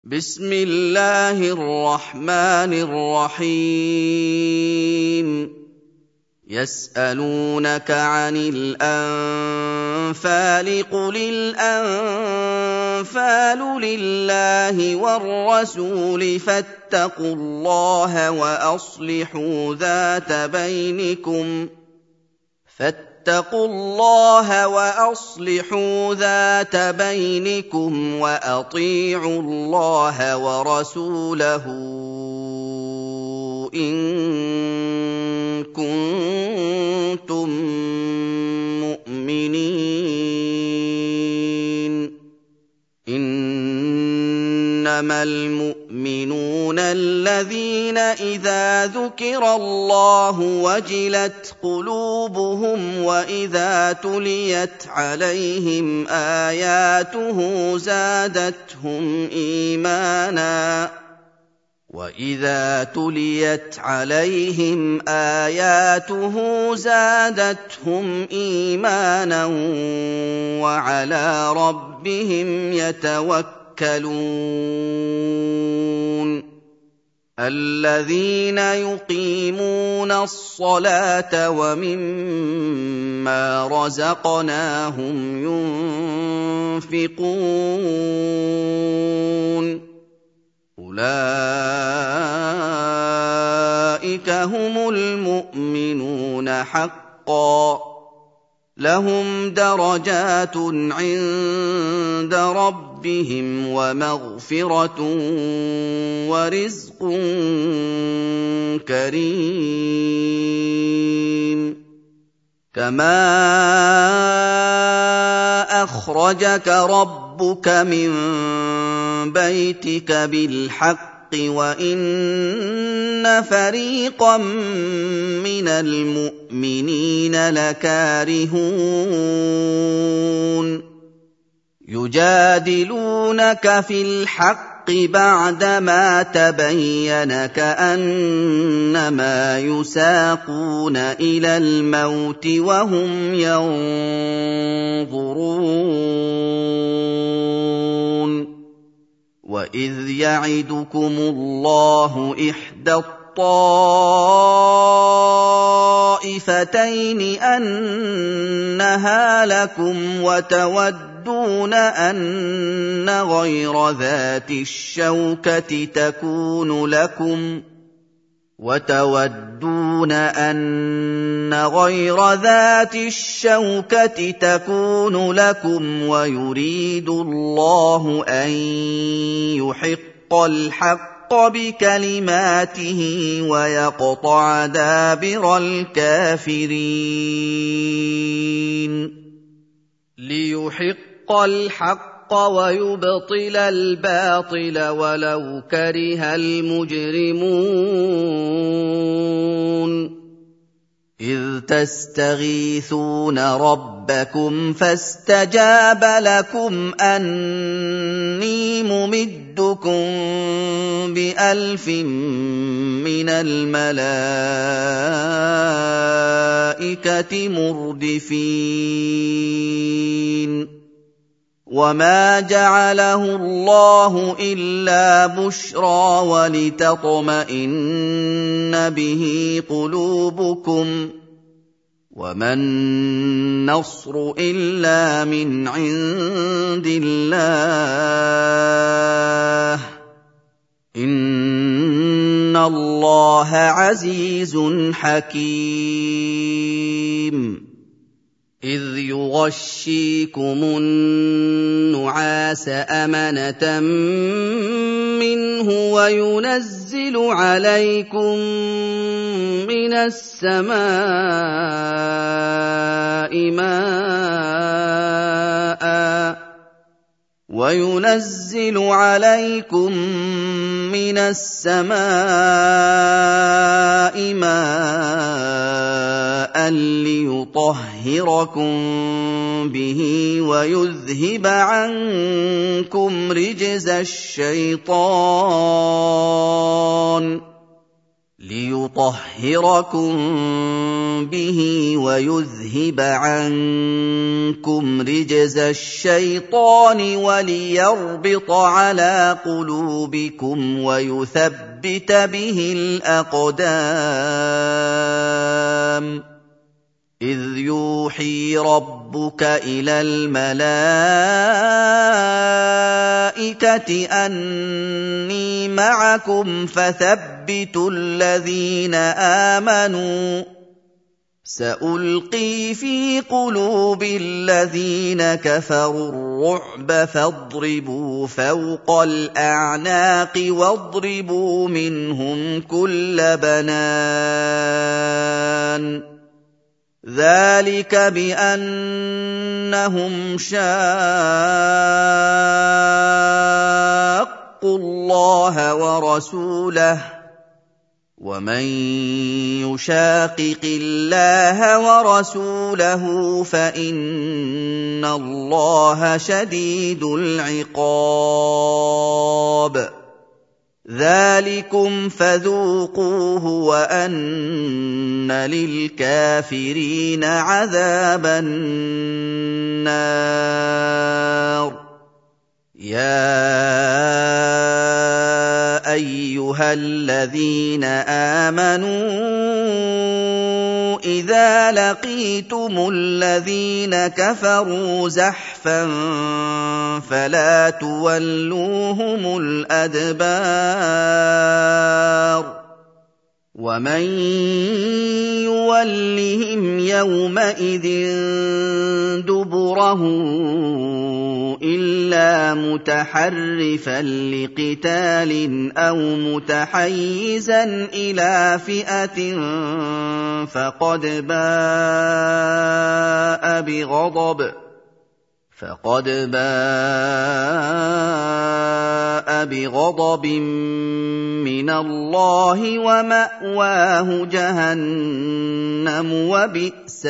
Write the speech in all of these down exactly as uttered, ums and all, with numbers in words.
بسم الله الرحمن الرحيم يسألونك عن الأنفال قل الأنفال لله والرسول فاتقوا الله وأصلحوا ذات بينكم فاتقوا الله وأصلحوا ذات بينكم وأطيعوا الله ورسوله إن كنتم مؤمنين إنما المؤمنون الذين إذا ذكر الله وجلت قلوبهم وإذا تليت عليهم آياته زادتهم إيمانا وَإِذَا تُلِيَتْ عَلَيْهِمْ آيَاتُهُ زَادَتْهُمْ إِيمَانًا وَعَلَىٰ رَبِّهِمْ يَتَوَكَّلُونَ الَّذِينَ يُقِيمُونَ الصَّلَاةَ وَمِمَّا رَزَقْنَاهُمْ يُنفِقُونَ أُولَٰئِكَ هُمُ الْمُؤْمِنُونَ حَقًّا ۚ لَّهُمْ دَرَجَاتٌ عِندَ رَبِّهِمْ وَمَغْفِرَةٌ وَرِزْقٌ كَرِيمٌ كَمَا أَخْرَجَكَ رَبُّكَ مِن بَيْتِكَ بِالْحَقِّ وَإِنَّ فَرِيقًا مِّنَ الْمُؤْمِنِينَ لَكَارِهُونَ يُجَادِلُونَكَ فِي الْحَقِّ بَعْدَمَا تَبَيَّنَ كَأَنَّمَا يُسَاقُونَ إِلَى الْمَوْتِ وَهُمْ يَنظُرُونَ وَإِذْ يَعِدُكُمُ اللَّهُ إِحْدَى الطَّائِفَتَيْنِ أَنَّهَا لَكُمْ وَتَوَدُّونَ أَنَّ غَيْرَ ذَاتِ الشَّوْكَةِ تَكُونُ لَكُمْ وَتَوَدُّونَ أَنَّ غَيْرَ ذَاتِ الشَّوْكَةِ تَكُونُ لَكُمْ وَيُرِيدُ اللَّهُ أَن يُحِقَّ الْحَقَّ بِكَلِمَاتِهِ وَيَقْطَعَ دَابِرَ الْكَافِرِينَ لِيُحِقَّ الْحَقَّ وَيُبْطِلَ الْبَاطِلَ وَلَوْ كَرِهَ الْمُجْرِمُونَ إِذْ تَسْتَغِيثُونَ رَبَّكُمْ فَاسْتَجَابَ لَكُمْ أَنِّي مُمِدُّكُم بِأَلْفٍ مِّنَ الْمَلَائِكَةِ مُرْدِفِينَ وَمَا جَعَلَهُ اللَّهُ إِلَّا بُشْرَىٰ وَلِتَطْمَئِنَّ بِهِ قُلُوبُكُمْ ۚ وَمَا النَّصْرُ إِلَّا مِنْ عِندِ اللَّهِ ۚ إِنَّ اللَّهَ عَزِيزٌ حَكِيمٌ إِذْ يُغَشِّيكُمُ النُّعَاسَ أَمَنَةً مِّنْهُ وَيُنَزِّلُ عَلَيْكُم مِّنَ السَّمَاءِ مَاءً وَيُنَزِّلُ عَلَيْكُم مِّنَ السَّمَاءِ مَاءً لِّيُطَهِّرَكُم بِهِ وَيُذْهِبَ عَنكُمْ رِجْزَ الشَّيْطَانِ لِيُطَهِّرَكُم بِهِ وَيُذْهِبَ عَنكُمْ رِجْزَ الشَّيْطَانِ وَلِيَرْبِطَ عَلَىٰ قُلُوبِكُمْ وَيُثَبِّتَ بِهِ الْأَقْدَامَ إِذْ يُوحِي رَبُّكَ إِلَى الْمَلَائِكَةِ أَنِّي مَعَكُمْ فَثَبِّتُوا الَّذِينَ آمَنُوا ۚ سَأُلْقِي فِي قُلُوبِ الَّذِينَ كَفَرُوا الرُّعْبَ فَاضْرِبُوا فَوْقَ الْأَعْنَاقِ وَاضْرِبُوا مِنْهُمْ كُلَّ بَنَانٍ ذَٰلِكَ بِأَنَّهُمْ شَاقُّوا اللَّهَ وَرَسُولَهُ ۖ وَمَن يُشَاقِقِ اللَّهَ وَرَسُولَهُ فَإِنَّ اللَّهَ شَدِيدُ الْعِقَابِ ذَٰلِكُمْ فَذُوقُوهُ وَأَنَّ لِلْكَافِرِينَ عَذَابَ النَّارِ يَا أَيُّهَا الَّذِينَ آمَنُوا إِذَا لَقِيتُمُ الَّذِينَ كَفَرُوا زَحْفًا فَلَا تُوَلُّوهُمُ الْأَدْبَارَ وَمَن يُوَلِّهِمْ يَوْمَئِذٍ دُبُرَهُ إِلَّا مُتَحَرِّفًا لِّقِتَالٍ أَوْ مُتَحَيِّزًا إِلَىٰ فِئَةٍ فَقَدْ بَاءَ بِغَضَبٍ فَقَدْ بَاءَ بِغَضَبٍ مِّنَ اللَّهِ وَمَأْوَاهُ جَهَنَّمُ وَبِئْسَ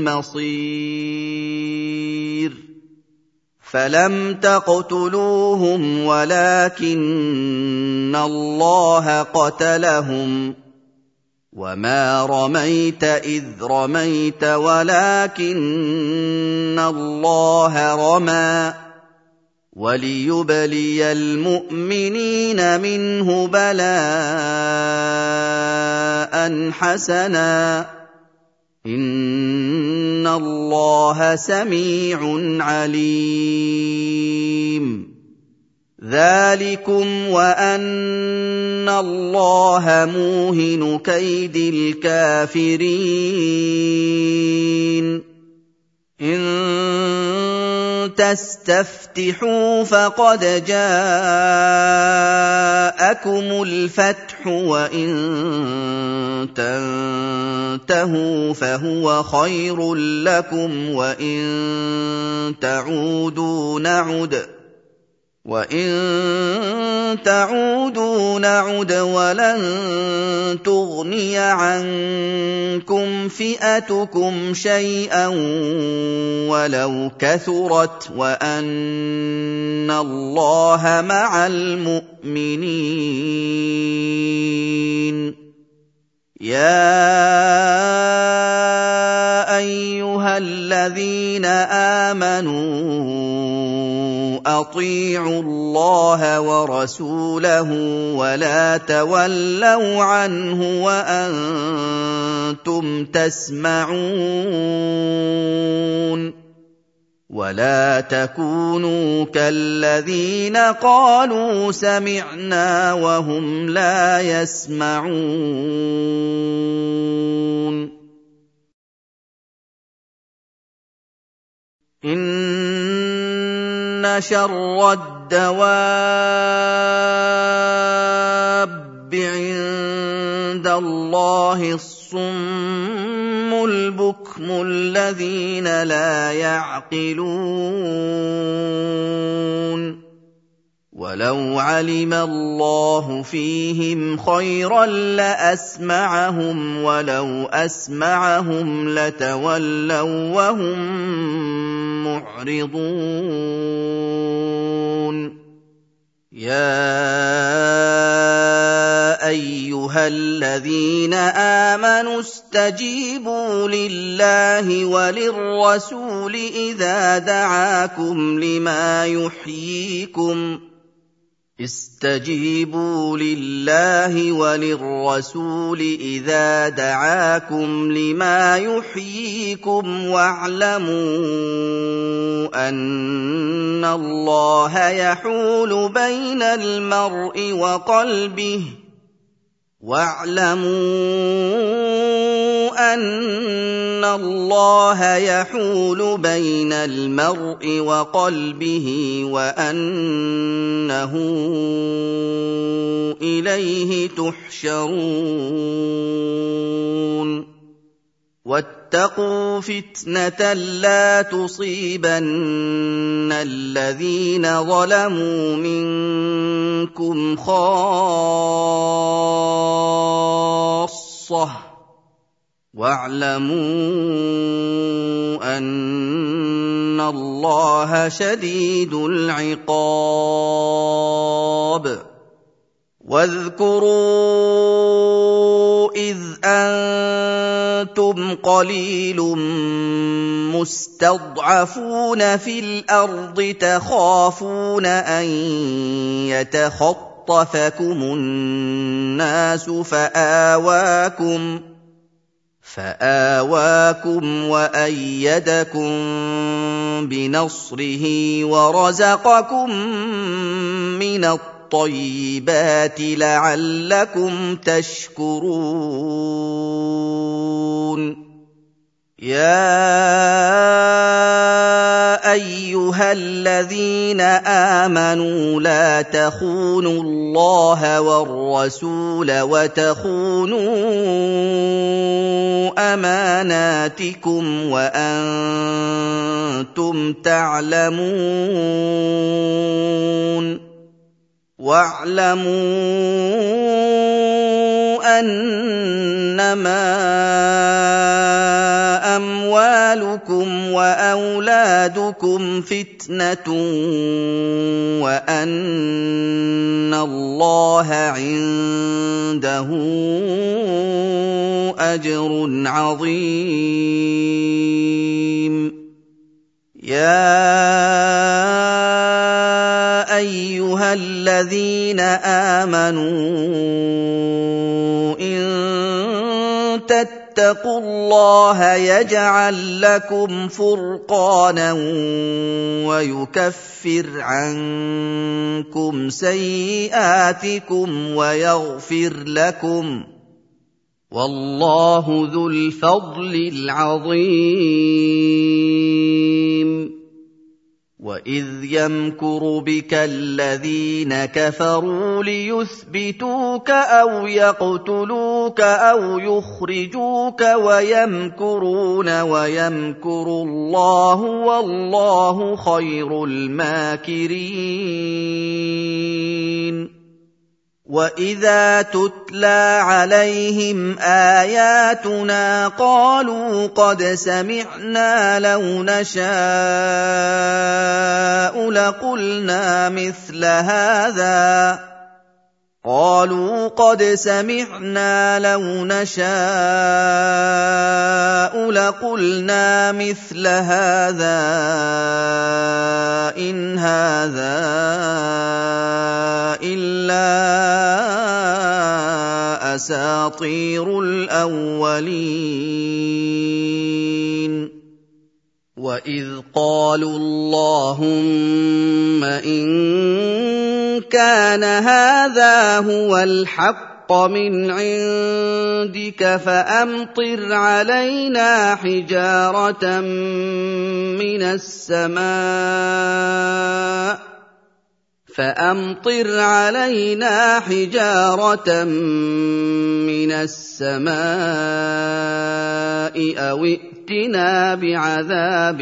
الْمَصِيرُ فَلَمْ تَقْتُلُوهُمْ وَلَٰكِنَّ اللَّهَ قَتَلَهُمْ ۚ وَمَا رَمَيْتَ إِذْ رَمَيْتَ وَلَٰكِنَّ اللَّهَ رَمَىٰ ۚ وَلِيُبْلِيَ الْمُؤْمِنِينَ مِنْهُ بَلَاءً حَسَنًا ۚ إِنَّ اللَّهَ سَمِيعٌ عَلِيمٌ ذَٰلِكُمْ وَأَنَّ اللَّهَ مُوهِنُ كَيْدِ الْكَافِرِينَ إِن تَسْتَفْتِحُوا فَقَدْ جَاءَكُمُ الْفَتْحُ وَإِن تَنتَهُوا فَهُوَ خَيْرٌ لَّكُمْ وَإِن تَعُودُوا نَعُدْ وَإِن تَعُودُوا نَعُدْ وَلَن تُغْنِيَ عَنكُمْ فِئَتُكُمْ شَيْئًا وَلَوْ كَثُرَتْ وَأَنَّ اللَّهَ مَعَ الْمُؤْمِنِينَ يَا أَيُّهَا الَّذِينَ آمَنُوا أَطِيعُوا اللَّهَ وَرَسُولَهُ وَلَا تَوَلَّوْا عَنْهُ وَأَنتُمْ تَسْمَعُونَ وَلَا تَكُونُوا كَالَّذِينَ قَالُوا سَمِعْنَا وَهُمْ لَا يَسْمَعُونَ إِنَّ شَرَّ الدَّوَابِّ عِندَ اللَّهِ الصُّمُّ الْبُكْمُ الَّذِينَ لَا يَعْقِلُونَ وَلَوْ عَلِمَ اللَّهُ فِيهِمْ خَيْرًا لَّأَسْمَعَهُمْ وَلَوْ أَسْمَعَهُمْ لَتَوَلَّوا وَّهُم مُّعْرِضُونَ يَا أَيُّهَا ايها الذين امنوا استجيبوا لله وللرسول اذا دعاكم لما يحييكم استجيبوا لله وللرسول إذا دعاكم لما يحييكم واعلموا أن الله يحول بين المرء وقلبه واعلموا أن الله يحول بين المرء وقلبه وأنه إليه تحشرون واتقوا فتنة لا تصيبن الذين ظلموا منكم خاصة واعلموا أن الله شديد العقاب واذكروا إذ أنتم قليل مستضعفون في الأرض تخافون أن يتخطفكم الناس فآواكم فآواكم وأيدكم بنصره ورزقكم من الطيبات لعلكم تشكرون يا أيها الذين آمنوا لا تخونوا الله والرسول وتخونوا أماناتكم وأنتم تعلمون واعلموا أنما أموالكم وأولادكم فتنة وأن الله عنده أجر عظيم يا أيها الذين آمنوا إن تتقوا الله يجعل لكم فرقانا ويكفر عنكم سيئاتكم ويغفر لكم والله ذو الفضل العظيم وإذ يمكر بك الذين كفروا ليثبتوك أو يقتلوك أو يخرجوك ويمكرون ويمكر الله والله خير الماكرين وإذا تتلى عليهم آياتنا قالوا قد سمعنا لو نشاء لقلنا مثل هذا قالوا قد سمعنا لو نشاء لقلنا مثل هذا إن هذا إلا أساطير الأولين وإذ قالوا اللهم إن كان هذا هو الحق من عندك فأمطر علينا حجارة من السماء فأمطر علينا حجارة من السماء أو ائتنا بعذاب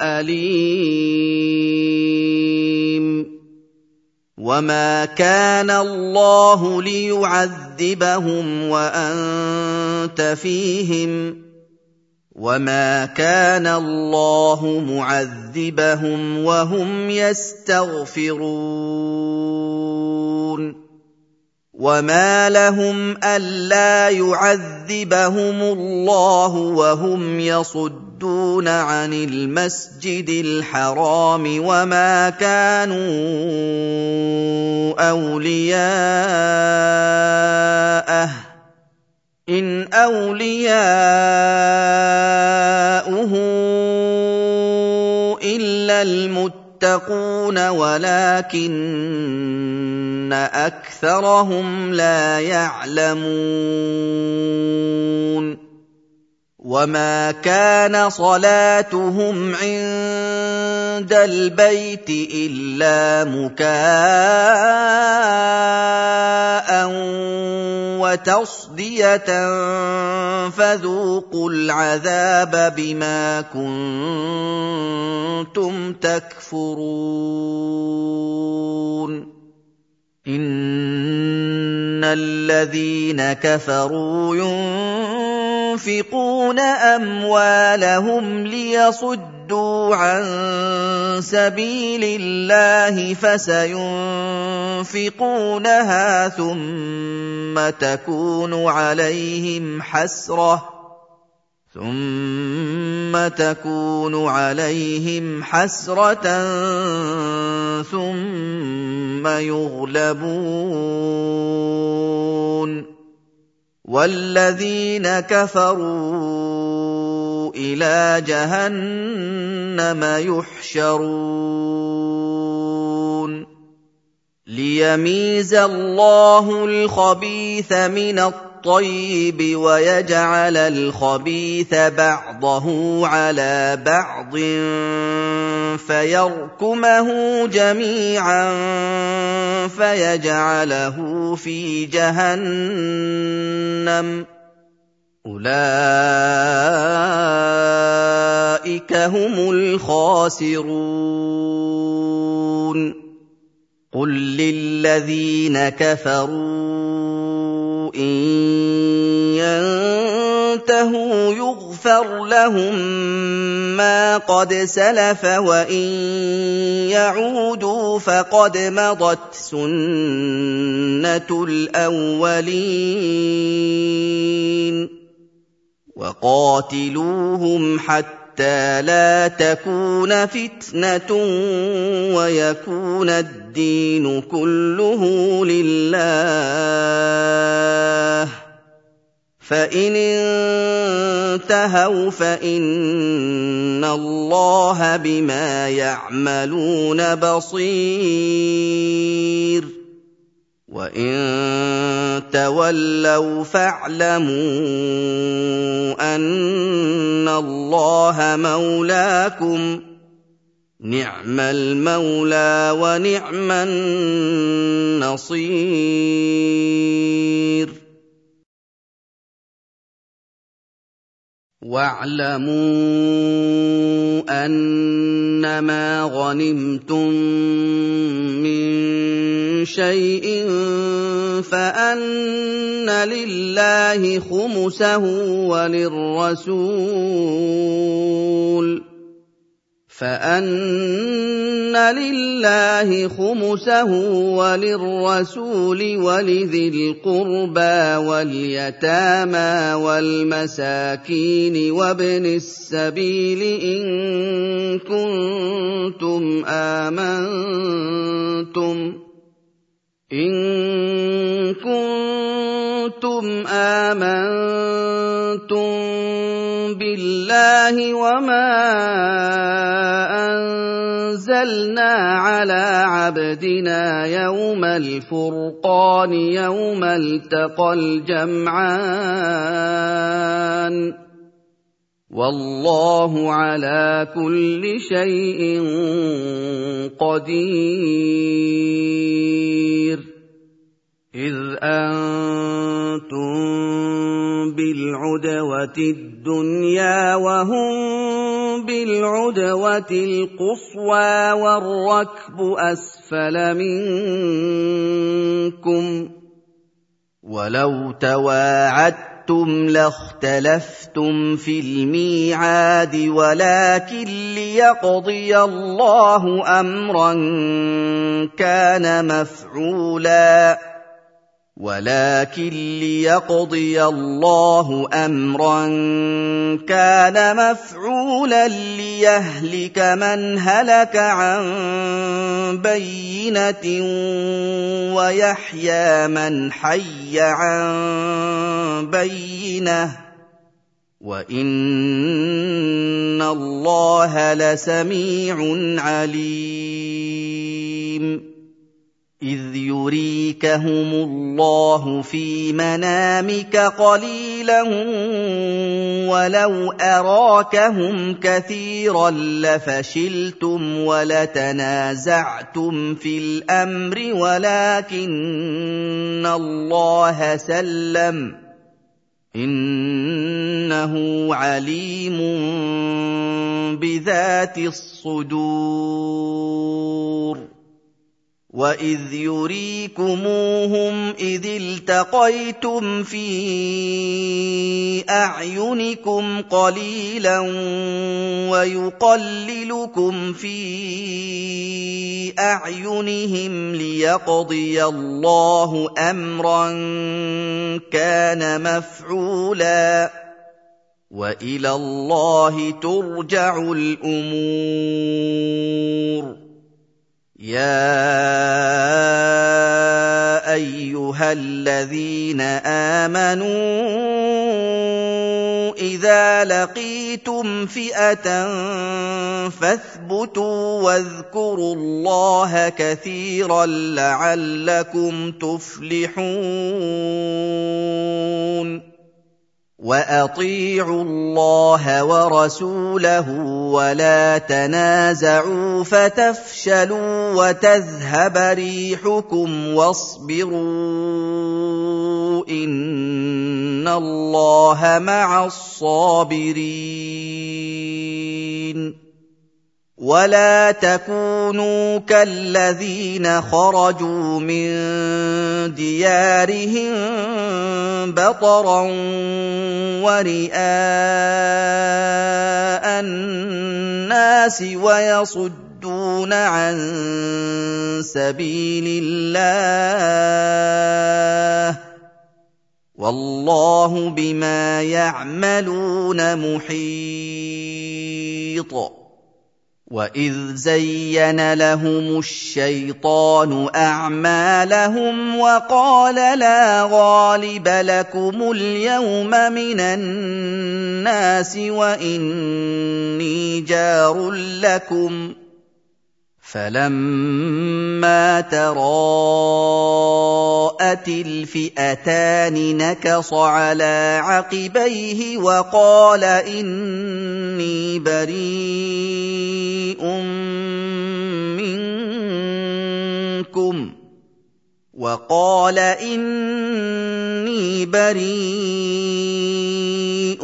أليم وما كان الله ليعذبهم وأنت فيهم وما كان الله معذبهم وهم يستغفرون وما لهم ألا يعذبهم الله وهم يصدون عن المسجد الحرام وما كانوا أولياءه إن أولياؤه إلا المتقون ولكن أكثرهم لا يعلمون وما كان صلاتهم عند البيت إلا مكاء وتصدية فذوقوا العذاب بما كنتم تكفرون إن الذين كفروا ينفقون أموالهم ليصدوا عن سبيل الله فسينفقونها ثم تكون عليهم حسرة ثم تكون عليهم حسرة ثم يغلبون والذين كفروا إلى جهنم يحشرون ليميز الله الخبيث من الطيب ويجعل الخبيث بعضه على بعض فيركمه جميعا فيجعله في جهنم أولئك هم الخاسرون قل للذين كفروا إن ينتهوا يغفر لهم ما قد سلف وإن يعودوا فقد مضت سنة الأولين وقاتلوهم حتى حتى لا تكون فتنة ويكون الدين كله لله فإن انتهوا فإن الله بما يعملون بصير وإن تولوا فاعلموا أن الله مولاكم نعم المولى ونعم النصير واعلموا أنما غنمتم من شيء فأن لله خمسه وللرسول فأن لله خمسه وللرسول ولذي القربى واليتامى والمساكين وابن السبيل إن كنتم آمنتم إن كنتم آمنتم بالله وما أنزلنا على عبدنا يوم الفرقان يوم التقى الجمعان والله على كل شيء قدير إذ أنتم بالعدوة الدنيا وهم بالعدوة القصوى والركب أسفل منكم ولو تواعدتم لاختلفتم في الميعاد ولكن ليقضي الله أمرا كان مفعولا ولكن ليقضي الله أمرا كان مفعولا ليهلك من هلك عن بينة ويحيى من حي عن بينة وإن الله لسميع عليم إذ يريكهم الله في منامك قليلا ولو أراكهم كثيرا لفشلتم ولتنازعتم في الأمر ولكن الله سلم إنه عليم بذات الصدور وإذ يريكموهم إذ التقيتم في أعينكم قليلا ويقللكم في أعينهم ليقضي الله أمرا كان مفعولا وإلى الله ترجع الأمور يا أيها الذين آمنوا إذا لقيتم فئة فاثبتوا واذكروا الله كثيرا لعلكم تفلحون وأطيعوا الله ورسوله ولا تنازعوا فتفشلوا وتذهب ريحكم واصبروا إن الله مع الصابرين ولا تكونوا كالذين خرجوا من ديارهم بطرا ورئاء الناس ويصدون عن سبيل الله والله بما يعملون محيط وإذ زين لهم الشيطان أعمالهم وقال لا غالب لكم اليوم من الناس وإني جار لكم فلما تراءت الفئتان نكص على عقبيه وقال إني بريء منكم وقال إني بريء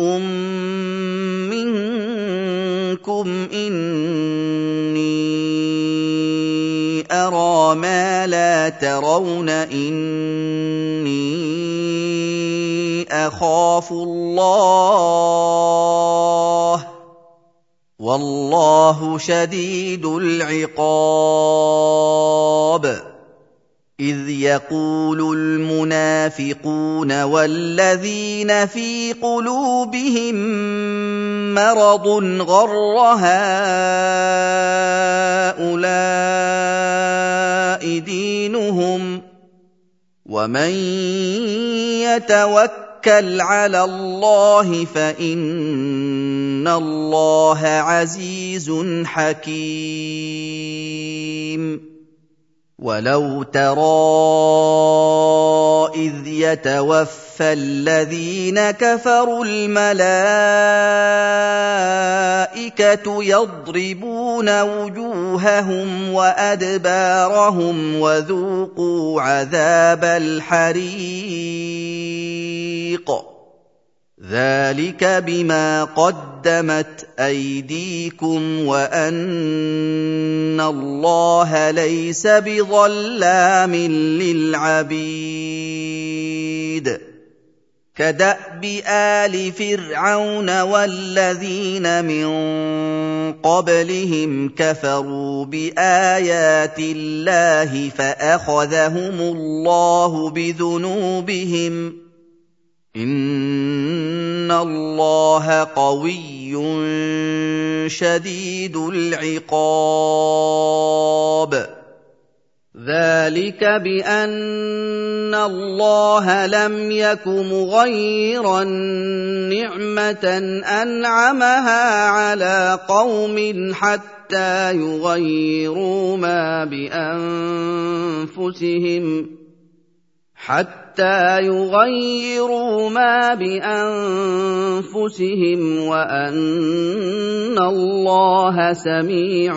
منكم إني أرى ما لا ترون إني أخاف الله والله شديد العقاب إذ يقول المنافقون والذين في قلوبهم مرض غر هؤلاء دينهم ومن يتوكل على الله فإن الله عزيز حكيم ولو ترى إذ يتوفى الذين كفروا الملائكة يضربون وجوههم وأدبارهم وذوقوا عذاب الحريق ذلك بما قدمت أيديكم وأن الله ليس بظلام للعبيد كدأب آل فرعون والذين من قبلهم كفروا بآيات الله فأخذهم الله بذنوبهم إن الله قوي شديد العقاب ذلك بأن الله لم يك مغيرا نعمة أنعمها على قوم حتى يغيروا ما بأنفسهم حتى يغيروا ما بأنفسهم وأن الله سميع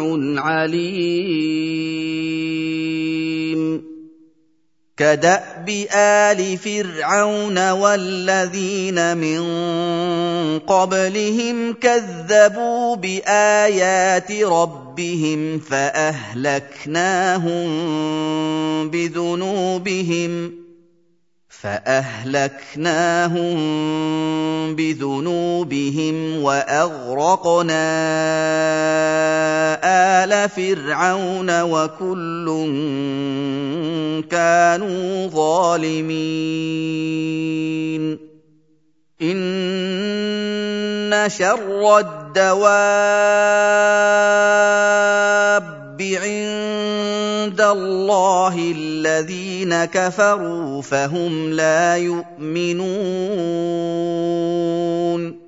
عليم كدأب آل فرعون والذين من قبلهم كذبوا بآيات ربهم فأهلكناهم بذنوبهم فأهلكناهم بذنوبهم وأغرقنا آل فرعون وكل كانوا ظالمين إن شر الدواب عند الله الذين كفروا فهم لا يؤمنون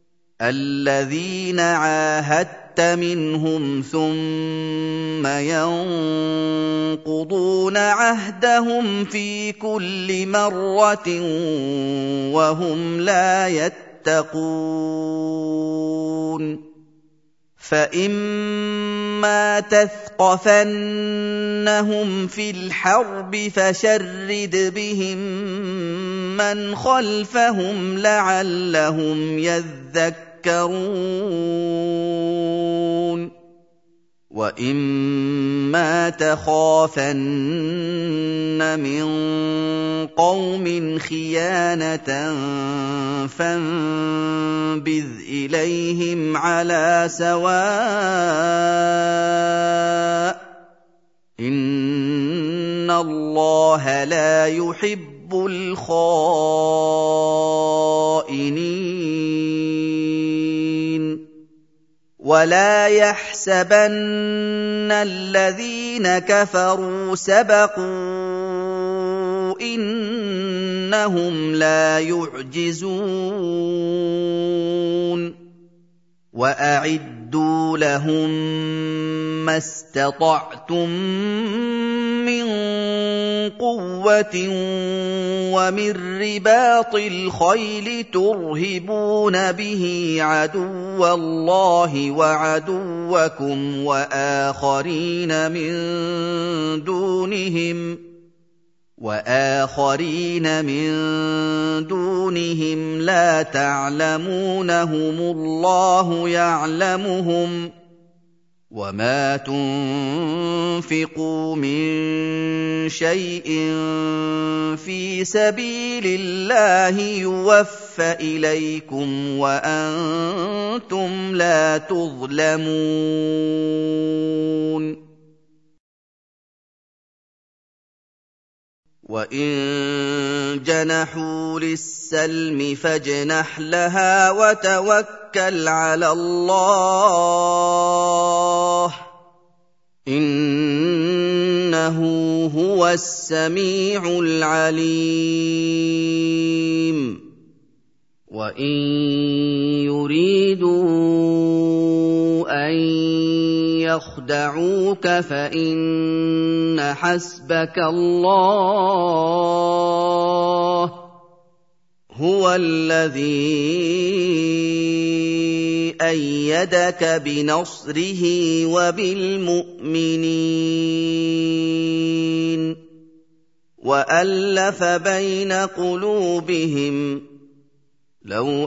الذين عاهدت منهم ثم ينقضون عهدهم في كل مرة وهم لا يتقون فإما تثقفنهم في الحرب فشرد بهم من خلفهم لعلهم يذكرون وإما تخافن من قوم خيانة فانبذ إليهم على سواء إن الله لا يحب الخائنين ولا يحسبن الذين كفروا سبقوا إنهم لا يعجزون وأعدوا لهم ما استطعتم من قوة ومن رباط الخيل ترهبون به عدو الله وعدوكم وآخرين من دونهم وآخرين من دونهم لا تعلمونهم الله يعلمهم وما تنفقوا من شيء في سبيل الله يوفى إليكم وأنتم لا تظلمون وَإِن جَنَحُوا لِلسَّلْمِ فَاجْنَحْ لَهَا وَتَوَكَّلْ عَلَى اللَّهِ ۚ إِنَّهُ هُوَ السَّمِيعُ الْعَلِيمُ وَإِن يُرِيدُوا أَن يَخْدَعُوكَ فَإِنَّ حَسْبَكَ اللَّهُ ۚ هُوَ الَّذِي أَيَّدَكَ بِنَصْرِهِ وَبِالْمُؤْمِنِينَ وَأَلَّفَ بَيْنَ قُلُوبِهِمْ لو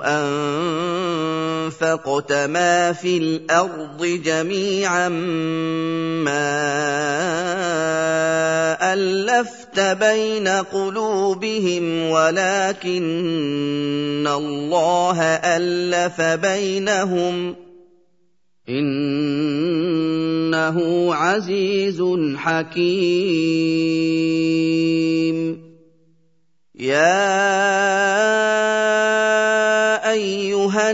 أنفقت ما في الأرض جميعا ما ألفت بين قلوبهم ولكن الله ألف بينهم إنه عزيز حكيم يا أيها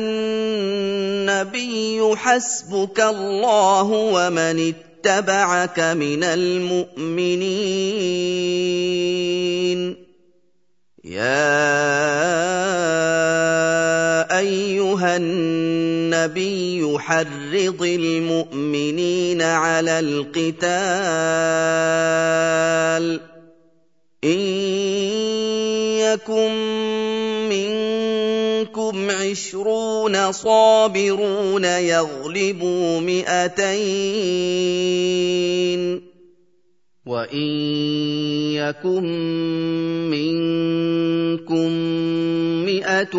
النبي حسبك الله ومن اتبعك من المؤمنين يا أيها النبي حرض المؤمنين على القتال إن يكن منكم عشرون صابرون يغلبوا مئتين وإن يكن منكم مئة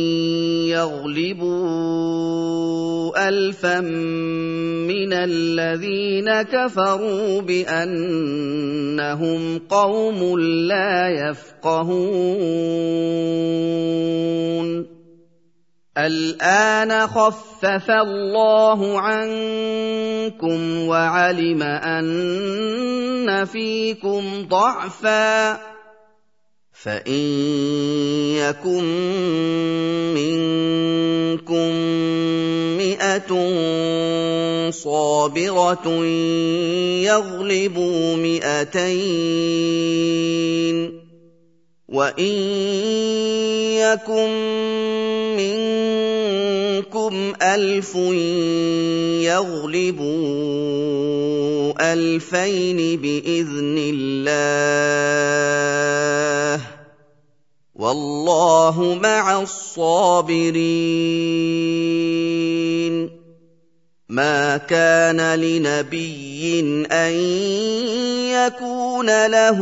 يغلبوا ألفا من الذين كفروا بأنهم قوم لا يفقهون الآن خفف الله عنكم وعلم أن فيكم ضعفا فإن يكن منكم مئة صابرة يغلبوا مئتين وإن يكن منكم ألف يغلبوا ألفين بإذن الله والله مع الصابرين ما كان لنبي أن يكون له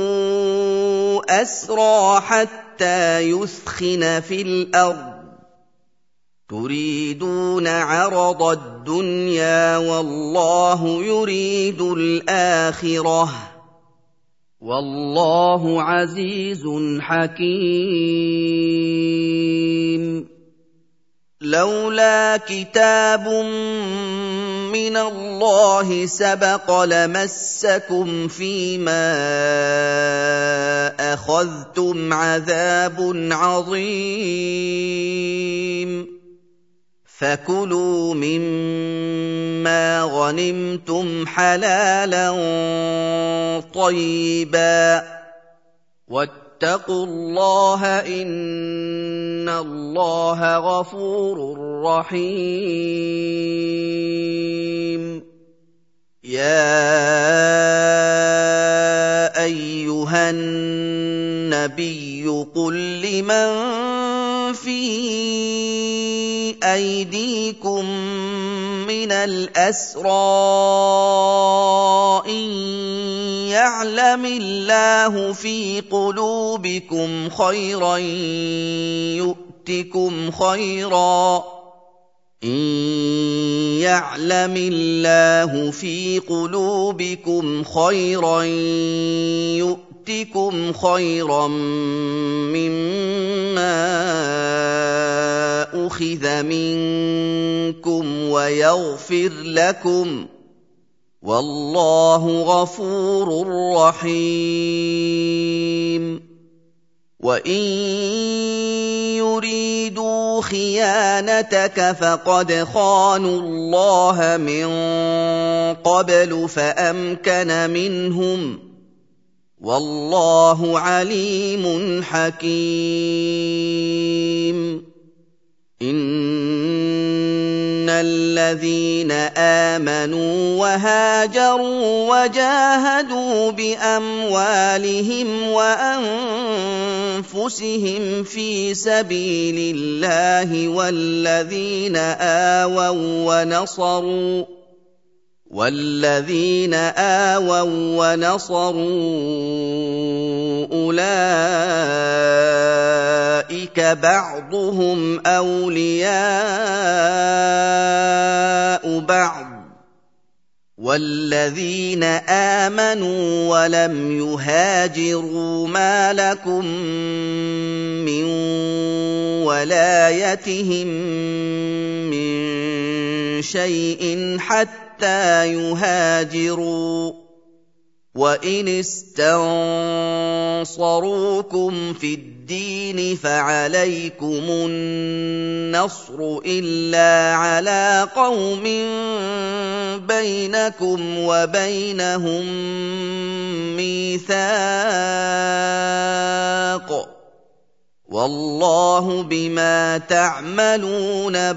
أسرى حتى يثخن في الأرض تريدون عرض الدنيا والله يريد الآخرة والله عزيز حكيم لولا كتاب من الله سبق لمسكم فيما أخذتم عذاب عظيم فكلوا مما غنمتم حلالا طيبا واتقوا الله إن الله غفور رحيم يا أيها النبي قل لمن في أيديكم من الأسرى إن يعلم الله في قلوبكم خيرا يؤتكم خيرا إن يعلم الله في قلوبكم خيرا يؤتكم خيرا مما أخذ منكم ويغفر لكم والله غفور رحيم وإن يريدوا خيانتك فقد خانوا الله من قبل فأمكن منهم والله عليم حكيم إن الذين آمنوا وهاجروا وجاهدوا بأموالهم وأنفسهم في سبيل الله والذين آووا ونصروا والذين آووا ونصروا أولئك يتخذ بعضهم أولياء بعض والذين آمنوا ولم يهاجروا ما لكم من ولايتهم من شيء حتى يهاجروا وإن استنصروكم في الدين فعليكم النصر إلا على قوم بينكم وبينهم ميثاق والله بما تعملون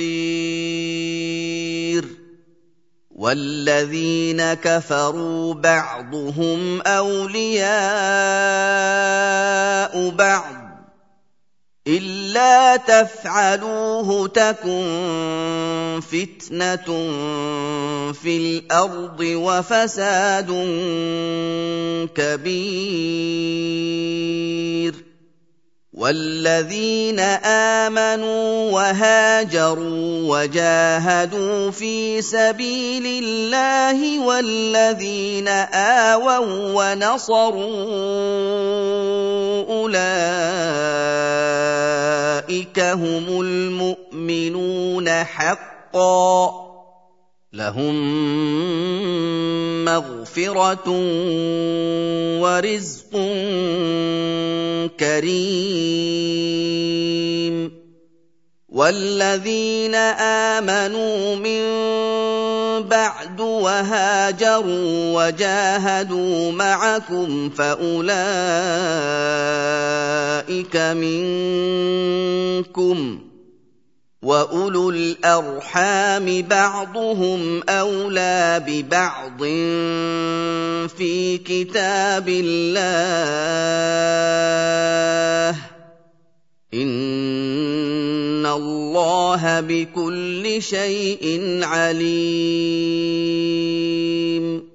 بصير والذين كفروا بعضهم أولياء بعض إلا تفعلوه تكن فتنة في الأرض وفساد كبير والذين آمنوا وهاجروا وجاهدوا في سبيل الله والذين آووا ونصروا أولئك هم المؤمنون حقا لهم مغفرة ورزق كريم والذين آمنوا من بعد وهاجروا وجاهدوا معكم فأولئك منكم وأولو الأرحام بعضهم أولى ببعض في كتاب الله إن الله بكل شيء عليم